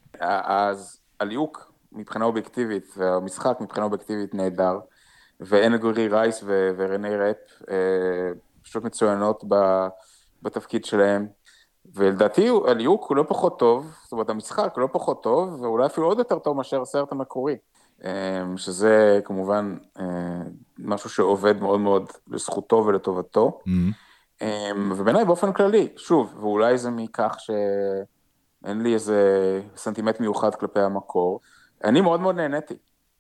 אז הליהוק מבחינה אובייקטיבית, והמשחק מבחינה אובייקטיבית נהדר, ואנגרי רייס ורני ראפ פשוט מצוינות בתפקיד שלהם. ולדעתי הליהוק הוא לא פחות טוב, זאת אומרת המשחק הוא לא פחות טוב, ואולי אפילו עוד יותר טוב מאשר הסרט המקורי, שזה כמובן משהו שעובד מאוד מאוד לזכותו ולטובתו, mm-hmm. ובעיניי באופן כללי, שוב, ואולי זה מכך שאין לי איזה סנטימט מיוחד כלפי המקור, אני מאוד מאוד נהניתי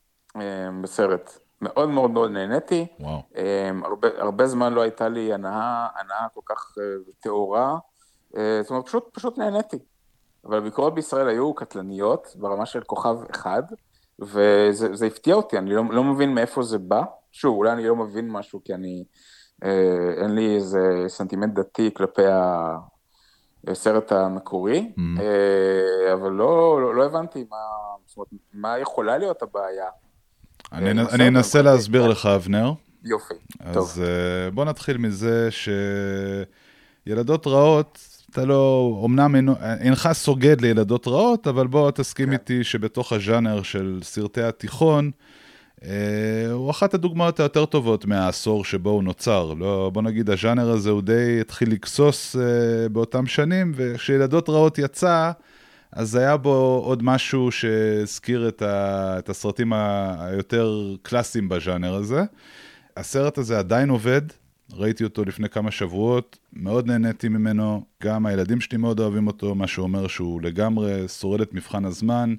בסרט, מאוד מאוד מאוד נהניתי, wow. הרבה, הרבה זמן לא הייתה לי הנאה, הנאה כל כך תאורה, זאת אומרת, פשוט, פשוט נהניתי. אבל הביקורות בישראל היו קטלניות, ברמה של כוכב אחד, וזה זה הפתיע אותי, אני לא, לא מבין מאיפה זה בא. שוב, אולי אני לא מבין משהו, כי אני, אה, אין לי איזה סנטימנט דתי כלפי הסרט המקורי, mm-hmm. אה, אבל לא, לא, לא הבנתי מה, זאת אומרת, מה יכולה להיות הבעיה. אני, נ, אני אנסה להסביר לך, אבנר. יופי, אז טוב. אז בוא נתחיל מזה שילדות רעות, אתה לא, אמנם אינך סוגד לילדות רעות, אבל בוא תסכים כן. איתי שבתוך הז'אנר של סרטי התיכון, אה, הוא אחת הדוגמאות היותר טובות מהעשור שבו הוא נוצר. לא, בוא נגיד, הז'אנר הזה הוא די התחיל לקסוס אה, באותם שנים, וכשילדות רעות יצא, אז היה בו עוד משהו שהזכיר את, ה, את הסרטים היותר קלאסיים בז'אנר הזה. הסרט הזה עדיין עובד, ראיתי אותו לפני כמה שבועות, מאוד נהניתי ממנו, גם הילדים שלי מאוד אוהבים אותו, מה שאומר שהוא לגמרי שורד את מבחן הזמן,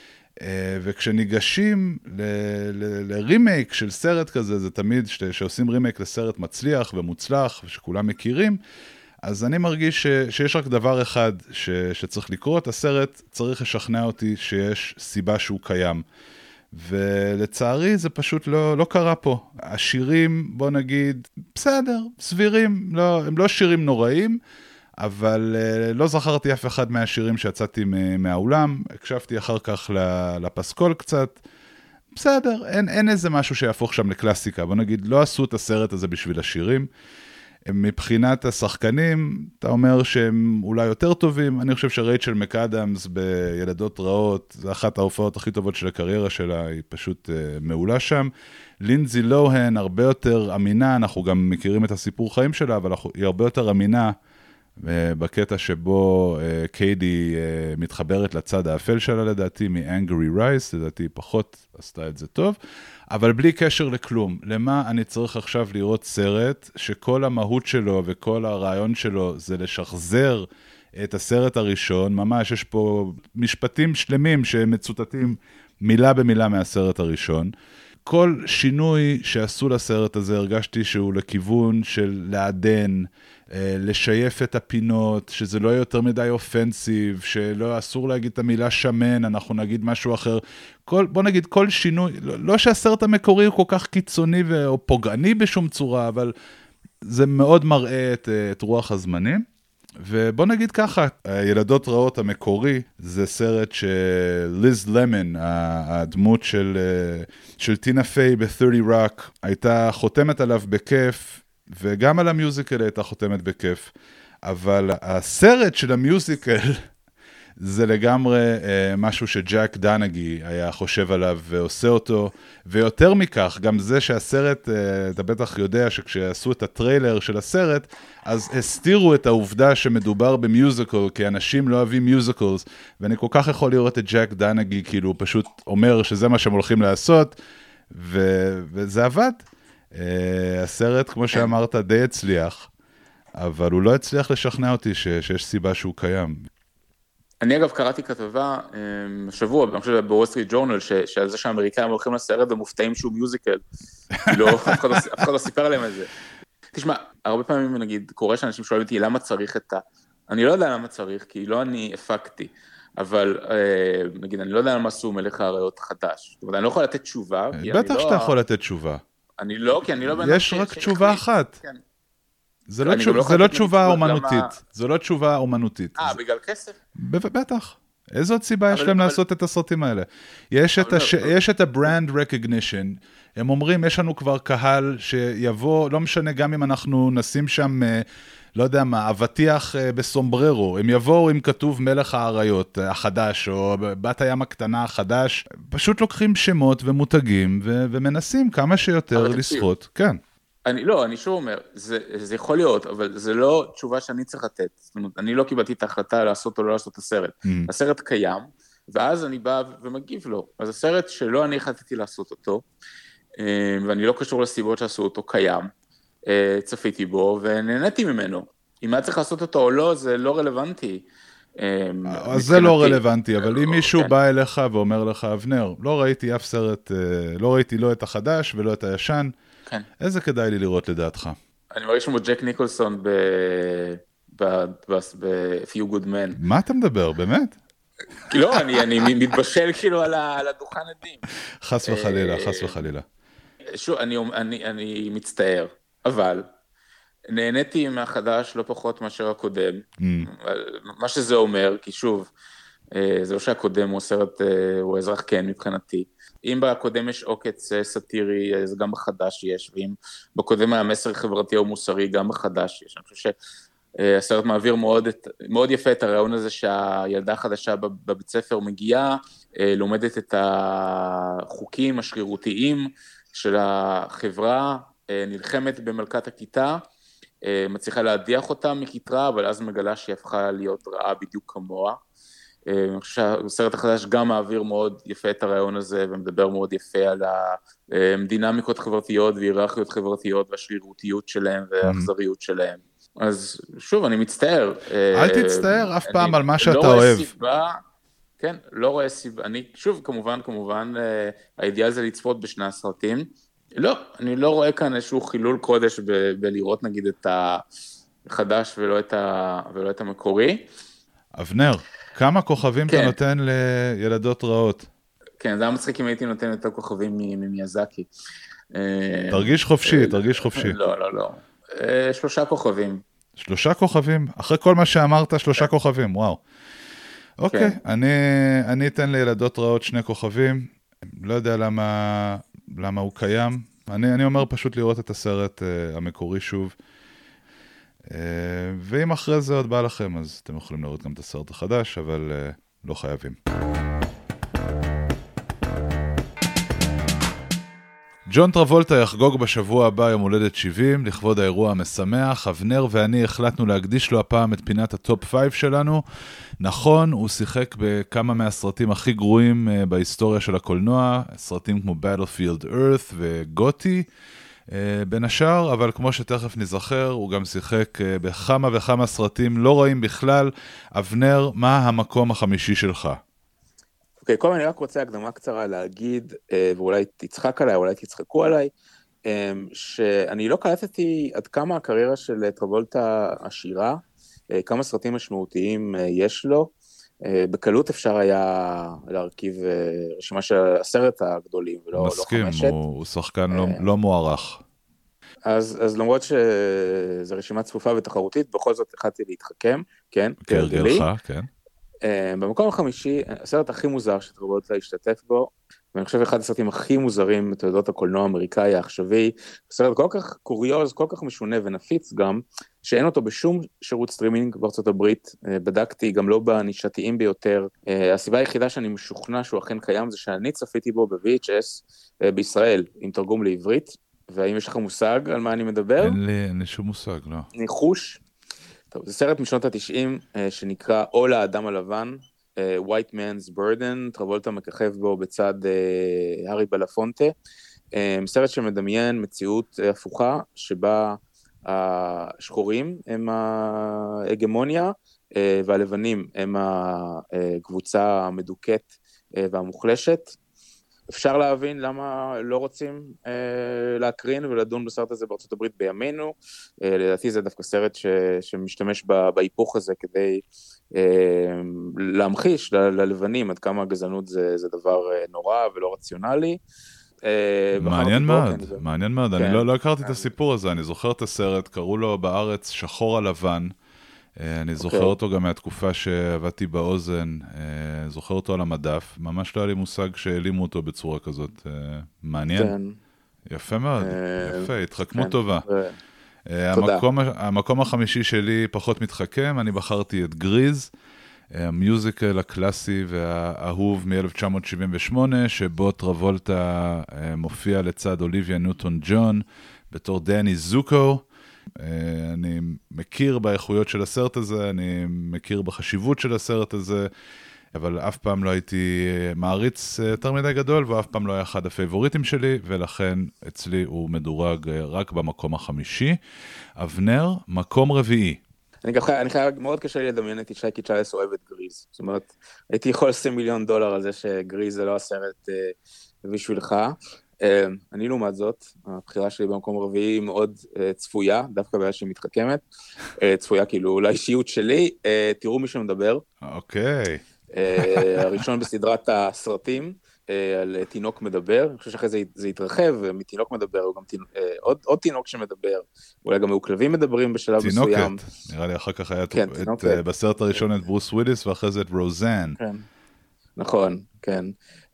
וכשניגשים לרימייק של סרט כזה, זה תמיד שעושים רימייק לסרט מצליח ומוצלח, ושכולם מכירים, אז אני מרגיש ש, שיש רק דבר אחד ש, שצריך לקרות, הסרט צריך לשכנע אותי שיש סיבה שהוא קיים. ולצערי זה פשוט לא, לא קרה פה. השירים, בוא נגיד, בסדר, סבירים, לא, הם לא שירים נוראים, אבל uh, לא זכרתי אף אחד מהשירים שיצאתי מהאולם, הקשבתי אחר כך לפסקול קצת, בסדר, אין, אין איזה משהו שיהפוך שם לקלאסיקה, בוא נגיד, לא עשו את הסרט הזה בשביל השירים, מבחינת השחקנים, אתה אומר שהם אולי יותר טובים, אני חושב שרייצ'ל מקאדמס בילדות רעות, זה אחת ההופעות הכי טובות של הקריירה שלה, היא פשוט uh, מעולה שם. לינזי לוהן, הרבה יותר אמינה, אנחנו גם מכירים את הסיפור חיים שלה, אבל היא הרבה יותר אמינה, uh, בקטע שבו uh, קיידי uh, מתחברת לצד האפל שלה לדעתי, מ-Angry Rice, לדעתי היא פחות עשתה את זה טוב, אבל בלי קשר לכלום. למה אני צריך עכשיו לראות סרט שכל המהות שלו וכל הרעיון שלו זה לשחזר את הסרט הראשון, ממש יש פה משפטים שלמים שמצוטטים מילה במילה מהסרט הראשון. כל שינוי שעשו לסרט הזה הרגשתי שהוא לכיוון של לעדן, לשייף את הפינות, שזה לא יהיה יותר מדי אופנסיב, שלא אסור להגיד את המילה שמן, אנחנו נגיד משהו אחר. כל, בוא נגיד כל שינוי, לא, לא שהסרט המקורי הוא כל כך קיצוני או פוגעני בשום צורה, אבל זה מאוד מראה את, את רוח הזמנים. ובוא נגיד ככה, ילדות רעות המקורי, זה סרט שליז למון, הדמות של, של טינה פיי ב-שלושים Rock, הייתה חותמת עליו בכיף, וגם על המיוזיקל הייתה חותמת בכיף, אבל הסרט של המיוזיקל זה לגמרי אה, משהו שג'ק דנגי היה חושב עליו ועושה אותו, ויותר מכך, גם זה שהסרט, אה, אתה בטח יודע שכשעשו את הטריילר של הסרט, אז הסתירו את העובדה שמדובר במיוזיקל, כי אנשים לא אוהבים מיוזיקלס, ואני כל כך יכול לראות את ג'ק דנגי, כאילו הוא פשוט אומר שזה מה שהם הולכים לעשות, ו- וזה עבד. הסרט, כמו שאמרת, די הצליח, אבל הוא לא הצליח לשכנע אותי ש- שיש סיבה שהוא קיים. אני אגב קראתי כתבה שבוע, אני חושב בוול סטריט ג'ורנל, שעל זה שהאמריקאים הולכים לסרט ומופתעים שהוא מיוזיקל, כאילו אף אחד לא סיפר עליהם על זה. תשמע, הרבה פעמים נגיד, קורה שאנשים שואלים אותי למה צריך את ה... אני לא יודע למה צריך, כי לא אני הפקתי, אבל נגיד, אני לא יודע למה עשו מלך האריות חדש. זאת אומרת, אני לא יכול לתת תשובה, כי אני לא... בטח שאתה יכול לתת תשובה. אני לא, כי אני לא... יש רק תשובה אחת. זה לא תשובה אומנותית. זה לא תשובה אומנותית. אה, בגלל כסף? בטח. איזו עוד סיבה יש להם לעשות את הסרטים האלה? יש את ה-brand recognition. הם אומרים, יש לנו כבר קהל שיבוא, לא משנה גם אם אנחנו נשים שם, לא יודע מה, אבטיח בסומבררו. הם יבואו אם כתוב מלך האריות החדש, או בת הים הקטנה החדש. פשוט לוקחים שמות ומותגים, ומנסים כמה שיותר לשחות. כן. אני לא, אני שוב אומר, זה, זה יכול להיות, אבל זה לא תשובה שאני צריך לתת. זאת אומרת, אני לא קיבלתי את ההחלטה לעשות או לא לעשות את הסרט. Mm. הסרט קיים, ואז אני בא ומגיב לו. אז הסרט שלא אני החלטתי לעשות אותו, ואני לא קשור לסיבות שעשו אותו קיים, צפיתי בו ונהניתי ממנו. אם היה צריך לעשות אותו או לא, זה לא רלוונטי. אז זה לא רלוונטי, אבל אם מישהו בא אליך ואומר לך, אבנר, לא ראיתי אף סרט, לא ראיתי לא את החדש ולא את הישן, כן. איזה כדאי לי לראות לדעתך? אני מרגיש כמו ג'ק ניקולסון ב-Few Good Men. מה אתה מדבר, באמת? לא, אני מתבשל כאילו על הדוכן עדים. חס וחלילה, חס וחלילה. שוב, אני מצטער, אבל נהניתי מהחדש לא פחות מאשר הקודם. מה שזה אומר, כי שוב, זה לא שהקודם הוא סרט, הוא אזרח כן מבחינתי. אם בקודם יש עוקץ סאטירי, אז גם בחדש יש, ואם בקודם המסר חברתי או מוסרי, גם בחדש יש. אני חושב שהסרט מעביר מאוד, מאוד יפה את הרעיון הזה שהילדה החדשה בבית ספר מגיעה, לומדת את החוקים השרירותיים של החברה, נלחמת במלכת הכיתה, מצליחה להדיח אותה מכתרה, אבל אז מגלה שהיא הפכה להיות רעה בדיוק כמוה. אני חושב שהסרט החדש גם מעביר מאוד יפה את הרעיון הזה, ומדבר מאוד יפה על הדינמיקות חברתיות והיררכיות חברתיות והשרירותיות שלהם והאכזריות שלהם. אז שוב, אני מצטער. אל תצטער אף פעם על מה שאתה לא אוהב. רואה סיבה, כן, לא רואה סיבה. אני, שוב, כמובן, כמובן, האידיאל זה לצפות בשני הסרטים. לא, אני לא רואה כאן איזשהו חילול קודש ב- בלראות נגיד את החדש ולא את, ה- ולא את המקורי. אבנר, כמה כוכבים כן. אתה נותן לילדות רעות? כן, זה היה מצחיק אם הייתי נותן יותר כוכבים ממיאזקי. תרגיש חופשי, תרגיש חופשי. לא, לא, לא. שלושה כוכבים. שלושה כוכבים? אחרי כל מה שאמרת, שלושה כוכבים, וואו. אוקיי, אני, אני אתן לילדות רעות שני כוכבים. לא יודע למה, למה הוא קיים. אני, אני אומר פשוט לראות את הסרט uh, המקורי שוב. Uh, ואם אחרי זה עוד בא לכם, אז אתם יכולים לראות גם את הסרט החדש, אבל uh, לא חייבים. ג'ון טרבולטה יחגוג בשבוע הבא יום הולדת שבעים, לכבוד האירוע המשמח. אבנר ואני החלטנו להקדיש לו הפעם את פינת הטופ פייב שלנו. נכון, הוא שיחק בכמה מהסרטים הכי גרועים בהיסטוריה של הקולנוע, סרטים כמו Battlefield Earth וגוטי, בין השאר, אבל כמו שתכף נזכר, הוא גם שיחק בכמה וכמה סרטים לא רעים בכלל. אבנר, מה המקום החמישי שלך? אוקיי, קודם אני רק רוצה הקדמה קצרה להגיד, ואולי תצחק עליי, אולי תצחקו עליי, שאני לא קלטתי עד כמה הקריירה של טרבולטה עשירה, כמה סרטים משמעותיים יש לו, בקלות אפשר היה להרכיב רשימה של עשרת הגדולים, ולא מסכים, חמשת. הוא, הוא שחקן לא, לא מוערך. אז, אז למרות שזו רשימה צפופה ותחרותית, בכל זאת החלטתי להתחכם, כן? כהרגלך, כן. במקום החמישי, הסרט הכי מוזר שטרבולטה להשתתף בו, ואני חושב אחד הסרטים הכי מוזרים בתולדות הקולנוע האמריקאי העכשווי, סרט כל כך קוריוז, כל כך משונה ונפיץ גם, שאין אותו בשום שירות סטרימינג בארצות הברית, בדקתי גם לא בנישתיים ביותר, הסיבה היחידה שאני משוכנע שהוא אכן קיים, זה שאני צפיתי בו ב-וי אייץ' אס בישראל, עם תרגום לעברית, והאם יש לך מושג על מה אני מדבר? אין לי, אין לי שום מושג, לא. ניחוש. טוב, זה סרט משנות ה-תשעים שנקרא עול האדם הלבן, White Man's Burden, טרבולטה מככב בו בצד הארי בלפונטה, סרט שמדמיין מציאות הפוכה שבה השחורים הם ההגמוניה והלבנים הם הקבוצה המדוכאת והמוחלשת. אפשר להבין למה לא רוצים אה, להקרין ולדון בסרט הזה בארצות הברית בימינו, אה, לדעתי זה דווקא סרט ש, שמשתמש ב, בהיפוך הזה כדי אה, להמחיש ל, ללבנים עד כמה הגזענות זה, זה דבר אה, נורא ולא רציונלי. אה, מעניין מאוד, בו, מעניין מאוד, כן. אני לא, לא הכרתי כן. את הסיפור הזה, אני זוכר את הסרט, קראו לו בארץ שחור על לבן, אני זוכר okay. אותו גם מהתקופה שעבדתי באוזן, זוכר אותו על המדף, ממש לא היה לי מושג שהעלימו אותו בצורה כזאת, מעניין, כן. יפה מאוד, יפה, התחכמות כן. טובה. ו... המקום, המקום החמישי שלי פחות מתחכם, אני בחרתי את גריז, המיוזיקל הקלאסי והאהוב מ-אלף תשע מאות שבעים ושמונה, שבו טרבולטה מופיע לצד אוליביה ניוטון ג'ון, בתור דני זוקו, אני מכיר באיכויות של הסרט הזה, אני מכיר בחשיבות של הסרט הזה, אבל אף פעם לא הייתי מעריץ יותר מדי גדול, ואף פעם לא היה אחד הפייבוריטים שלי, ולכן אצלי הוא מדורג רק במקום החמישי. אבנר, מקום רביעי. אני חייב, אני חייב, מאוד קשה לי לדמיין את שייקי צ'אלס אוהב את גריז. זאת אומרת, הייתי יכול לשים מיליון דולר על זה שגריז זה לא הסרט בשבילך. אני לעומת זאת, הבחירה שלי במקום רביעי מאוד צפויה, דווקא בעיה שהיא מתחכמת, צפויה כאילו לאישיות שלי, תראו מי שמדבר. אוקיי. הראשון בסדרת הסרטים, על תינוק מדבר, אני חושב שאחרי זה זה יתרחב, מתינוק מדבר, הוא גם עוד, עוד תינוק שמדבר, אולי גם היו כלבים מדברים בשלב תינוקת. מסוים. נראה לי אחר כך היה כן, את, בסרט הראשון את ברוס וויליס, ואחרי זה את רוזן. כן. נכון, כן.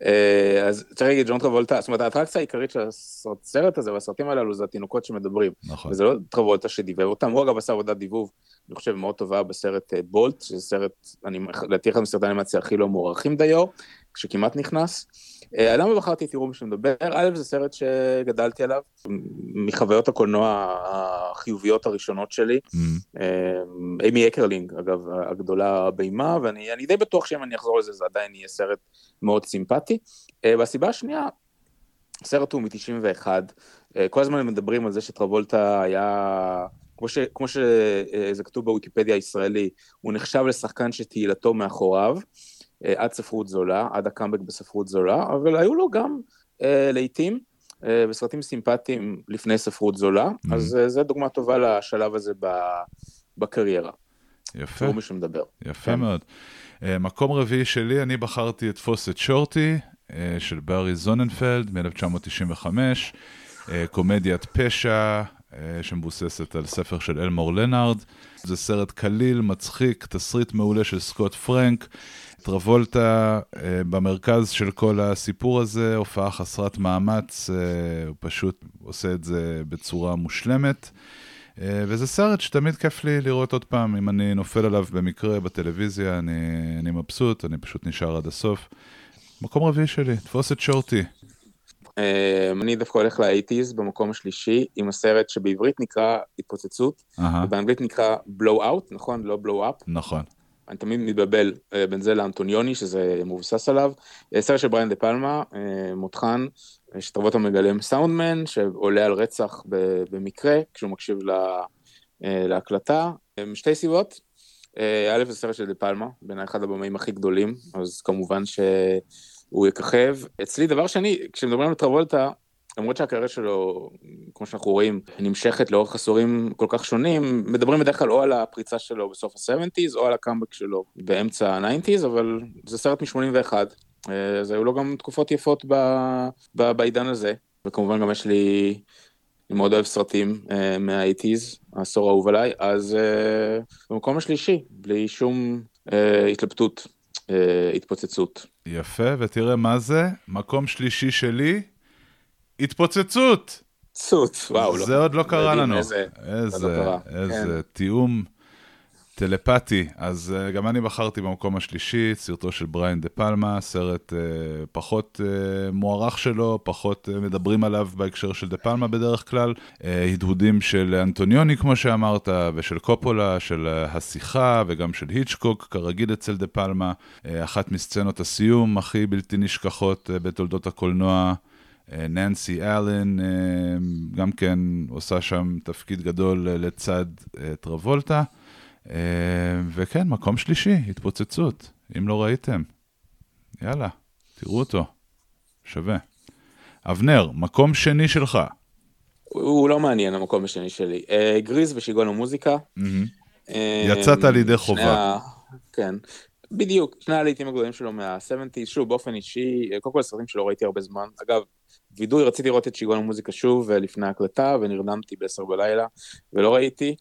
אז צריך להגיד, ג'ון טרבולטה, זאת אומרת, האטרקציה העיקרית של הסרט הזה, והסרטים האלו, זה התינוקות שמדברים. נכון. וזה לא טרבולטה שדיבר אותם, הוא אגב עשה עבודת דיבוב, אני חושב, מאוד טובה בסרט בולט, שזה סרט, אני לדעתי אחד מסרטי האנימציה הכי לא מוערכים דיו, שכמעט נכנס. למה בחרתי את ירום שמדבר? א', זה סרט שגדלתי עליו, מחוויות הקולנוע החיוביות הראשונות שלי. אימי אקרלינג, אגב, הגדולה בימה, ואני די בטוח שאם אני אחזור לזה, זה עדיין יהיה סרט מאוד סימפטי. והסיבה השנייה, הסרט הוא מ-תשעים ואחת, כל הזמן מדברים על זה שטרבולטה היה, כמו, ש, כמו שזה כתוב בוויקיפדיה הישראלי, הוא נחשב לשחקן שתהילתו מאחוריו, עד ספרות זולה, עד הקאמבק בספרות זולה, אבל היו לו גם לעתים בסרטים סימפטיים לפני ספרות זולה, mm-hmm. אז זה דוגמה טובה לשלב הזה בקריירה. יפה. הוא מי שמדבר. יפה מאוד. מקום רביעי שלי, אני בחרתי את פוסט שורטי, של ברי זוננפלד מ-אלף תשע מאות תשעים וחמש, קומדיית פשע שמבוססת על ספר של אלמור לנארד. זה סרט קליל, מצחיק, תסריט מעולה של סקוט פרנק, טרבולטה במרכז של כל הסיפור הזה, הופעה חסרת מאמץ, הוא פשוט עושה את זה בצורה מושלמת, וזה סרט שתמיד כיף לי לראות עוד פעם, אם אני נופל עליו במקרה בטלוויזיה, אני, אני מבסוט, אני פשוט נשאר עד הסוף. מקום רביעי שלי, תפוס את שורטי. אני דווקא הולך ל-שמונים במקום השלישי, עם הסרט שבעברית נקרא התפוצצות, ובאנגלית נקרא blow out, נכון? לא blow up. נכון. אני תמיד מתבלבל בין זה לאנטוניוני, שזה מבוסס עליו. סרט של בריאן דה פלמה, מותחן, שטרבולטה מגלם סאונדמן, שעולה על רצח במקרה, כשהוא מקשיב להקלטה. שתי סיבות. א', זה סרט של דה פלמה, בין אחד הבמאים הכי גדולים, אז כמובן שהוא יככב. אצלי דבר שני, כשמדברים על טרבולטה, למרות שהקריירה שלו, כמו שאנחנו רואים, נמשכת לאורך עשורים כל כך שונים, מדברים בדרך כלל או על הפריצה שלו בסוף ה-שבעים או על הקאמבק שלו באמצע ה-תשעים, אבל זה סרט מ-שמונים ואחת, אז היו לו גם תקופות יפות ב- ב- בעידן הזה, וכמובן גם יש לי, אני מאוד אוהב סרטים מה-שמונים, העשור האהוב עליי, אז במקום השלישי, בלי שום התלבטות, התפוצצות. יפה, ותראה מה זה, מקום שלישי שלי, התפוצצות. צות, וואו. זה עוד לא קרה לנו. איזה, איזה תיאום טלפתי. אז גם אני בחרתי במקום השלישי, סרטו של בריאן דה פלמה, סרט פחות מוערך שלו, פחות מדברים עליו בהקשר של דה פלמה בדרך כלל, הדהודים של אנטוניוני כמו שאמרת, ושל קופולה, של השיחה, וגם של היצ'קוק, כרגיל אצל דה פלמה, אחת מסצנות הסיום הכי בלתי נשכחות בתולדות הקולנוע, ננסי אלן, גם כן עושה שם תפקיד גדול לצד טרבולטה, וכן, מקום שלישי, התפוצצות, אם לא ראיתם, יאללה, תראו אותו, שווה. אבנר, מקום שני שלך. הוא לא מעניין, המקום השני שלי. גריז ושיגעון המוזיקה. יצאת על ידי חובה. כן. בדיוק, שני הלעיתים הגדולים שלו מה-שבעים, שוב, באופן אישי, קודם כל הסרטים שלו ראיתי הרבה זמן, אגב, וידוי, רציתי לראות את שיגעון המוזיקה שוב לפני הקלטה, ונרדמתי בעשר בלילה, ולא ראיתי,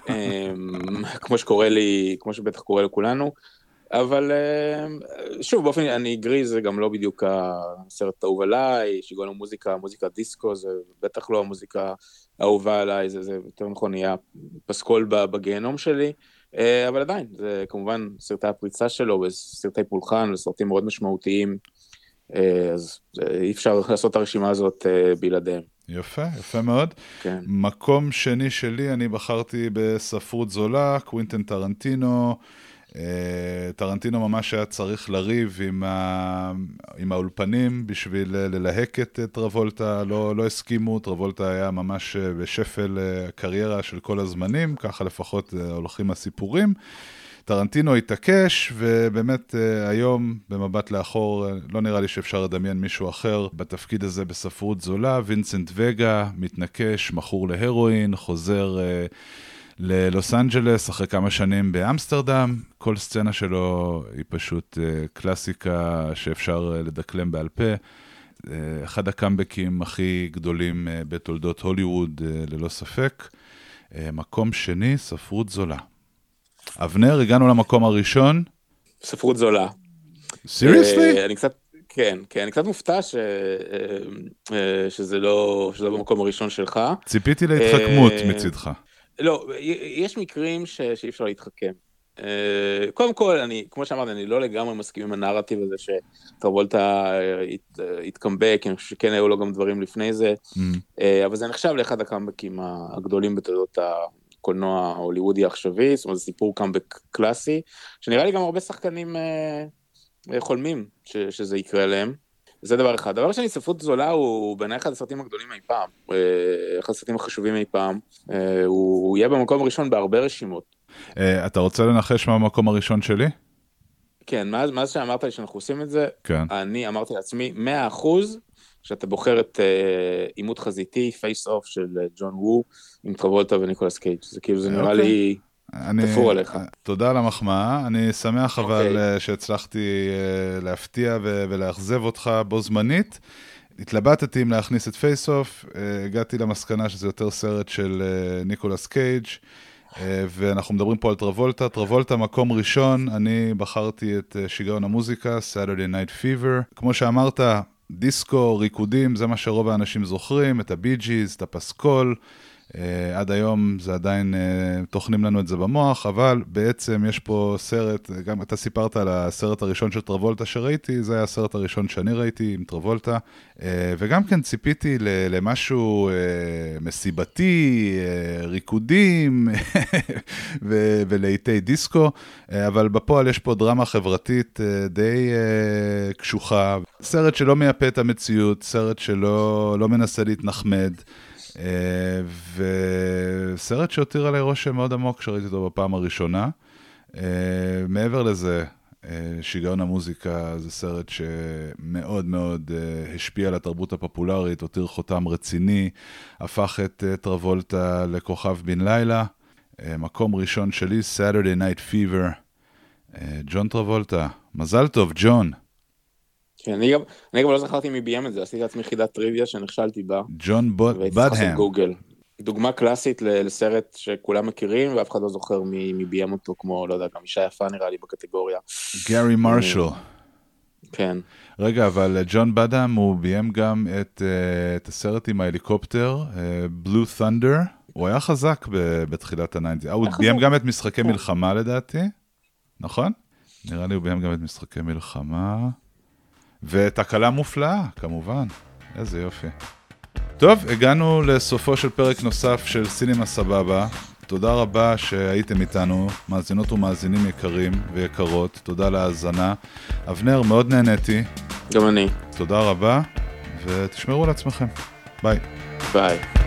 כמו שקורה לי, כמו שבטח קורה לכולנו, אבל שוב, באופן, אני גריז, זה גם לא בדיוק הסרט האהוב עליי, שיגעון המוזיקה, מוזיקה דיסקו, זה בטח לא המוזיקה האהובה עליי, זה, זה יותר נכון, יהיה פסקול בגיהנום שלי, אבל עדיין, זה כמובן סרטי הפריצה שלו, וסרטי פולחן, וסרטים מאוד משמעותיים, אז אי אפשר לעשות את הרשימה הזאת בלעדיהם. יפה, יפה מאוד. כן. מקום שני שלי, אני בחרתי בספרות זולה, קווינטין טרנטינו, טרנטינו ממש היה צריך לריב עם, ה... עם האולפנים בשביל ללהק את טרבולטה, לא, לא הסכימו, טרבולטה היה ממש בשפל הקריירה של כל הזמנים, ככה לפחות הולכים הסיפורים. טרנטינו התעקש, ובאמת היום במבט לאחור לא נראה לי שאפשר לדמיין מישהו אחר בתפקיד הזה בספרות זולה. וינסנט וגה מתנקש, מכור להרואין, חוזר ללוס אנג'לס אחרי כמה שנים באמסטרדם. כל סצנה שלו היא פשוט קלאסיקה שאפשר לדקלם בעל פה. אחד הקאמבקים הכי גדולים בתולדות הוליווד ללא ספק. מקום שני, ספרות זולה. אבנר, הגענו למקום הראשון. ספרות זולה. Seriously? אני קצת, כן, כן, אני קצת מופתע ש... שזה לא, שזה לא במקום הראשון שלך. ציפיתי להתחכמות מצדך. לא, יש מקרים ש... שאי אפשר להתחכם. קודם כל, אני, כמו שאמרתי, אני לא לגמרי מסכים עם הנרטיב הזה שטרבולטה התקמבק, אני חושב שכן היו לו גם דברים לפני זה, אבל זה נחשב לאחד הקאמבקים הגדולים בתולדות הקולנוע ההוליוודי העכשווי, זאת אומרת, זה סיפור קאמבק קלאסי, שנראה לי גם הרבה שחקנים חולמים שזה יקרה להם. זה דבר אחד. דבר שני, ספרות זולה הוא בעיניי אחד הסרטים הגדולים אי פעם, אחד הסרטים החשובים אי פעם, הוא יהיה במקום הראשון בהרבה רשימות. אתה רוצה לנחש מה המקום הראשון שלי? כן, מאז שאמרת לי שאנחנו עושים את זה, כן. אני אמרתי לעצמי, מאה אחוז שאתה בוחר את עימות חזיתי, פייס אוף של ג'ון וו, עם טרבולטה וניקולס קייג'. זה כאילו, זה נראה לי תפור עליך. תודה על המחמאה, אני שמח אבל שהצלחתי להפתיע ולאכזב אותך בו זמנית. התלבטתי אם להכניס את פייס אוף, הגעתי למסקנה שזה יותר סרט של ניקולס קייג', ואנחנו מדברים פה על טרבולטה, טרבולטה מקום ראשון, אני בחרתי את שיגעון המוזיקה, Saturday Night Fever, כמו שאמרת, דיסקו, ריקודים, זה מה שרוב האנשים זוכרים, את הבי ג'יז, את הפסקול, עד היום זה עדיין תוכנים לנו את זה במוח, אבל בעצם יש פה סרט, גם אתה סיפרת על הסרט הראשון של טרבולטה שראיתי, זה היה הסרט הראשון שאני ראיתי עם טרבולטה, וגם כן ציפיתי למשהו מסיבתי, ריקודים ולעיתי דיסקו, אבל בפועל יש פה דרמה חברתית די קשוחה, סרט שלא מייפה את המציאות, סרט שלא לא מנסה להתנחמד, וסרט שהותיר עליי רושם מאוד עמוק כשראיתי אותו בפעם הראשונה. מעבר לזה, שיגעון המוזיקה זה סרט שמאוד מאוד השפיע על התרבות הפופולרית, הותיר חותם רציני, הפך את טרבולטה לכוכב בן לילה. מקום ראשון שלי, Saturday Night Fever, ג'ון טרבולטה. מזל טוב, ג'ון. כן, אני גם, אני גם לא זכרתי מי ביים את זה, עשיתי לעצמי חידת טריוויה שנכשלתי בה. ג'ון בדהאם. גוגל. דוגמה קלאסית לסרט שכולם מכירים, ואף אחד לא זוכר מי ביים אותו, כמו, לא יודע, גם אישה יפה נראה לי בקטגוריה. גארי מרשל. כן. רגע, אבל ג'ון בדהאם הוא ביים גם את, את הסרט עם ההליקופטר, Blue Thunder. הוא היה חזק בתחילת ה-תשעים. הוא ביים גם את משחקי מלחמה לדעתי, נכון? נראה לי הוא ביים גם את משחקי מלחמה. ותקלה מופלאה, כמובן. איזה יופי. טוב, הגענו לסופו של פרק נוסף של סינמה סבבה. תודה רבה שהייתם איתנו, מאזינות ומאזינים יקרים ויקרות. תודה על ההאזנה. אבנר, מאוד נהניתי. גם אני. תודה רבה, ותשמרו על עצמכם. ביי. ביי.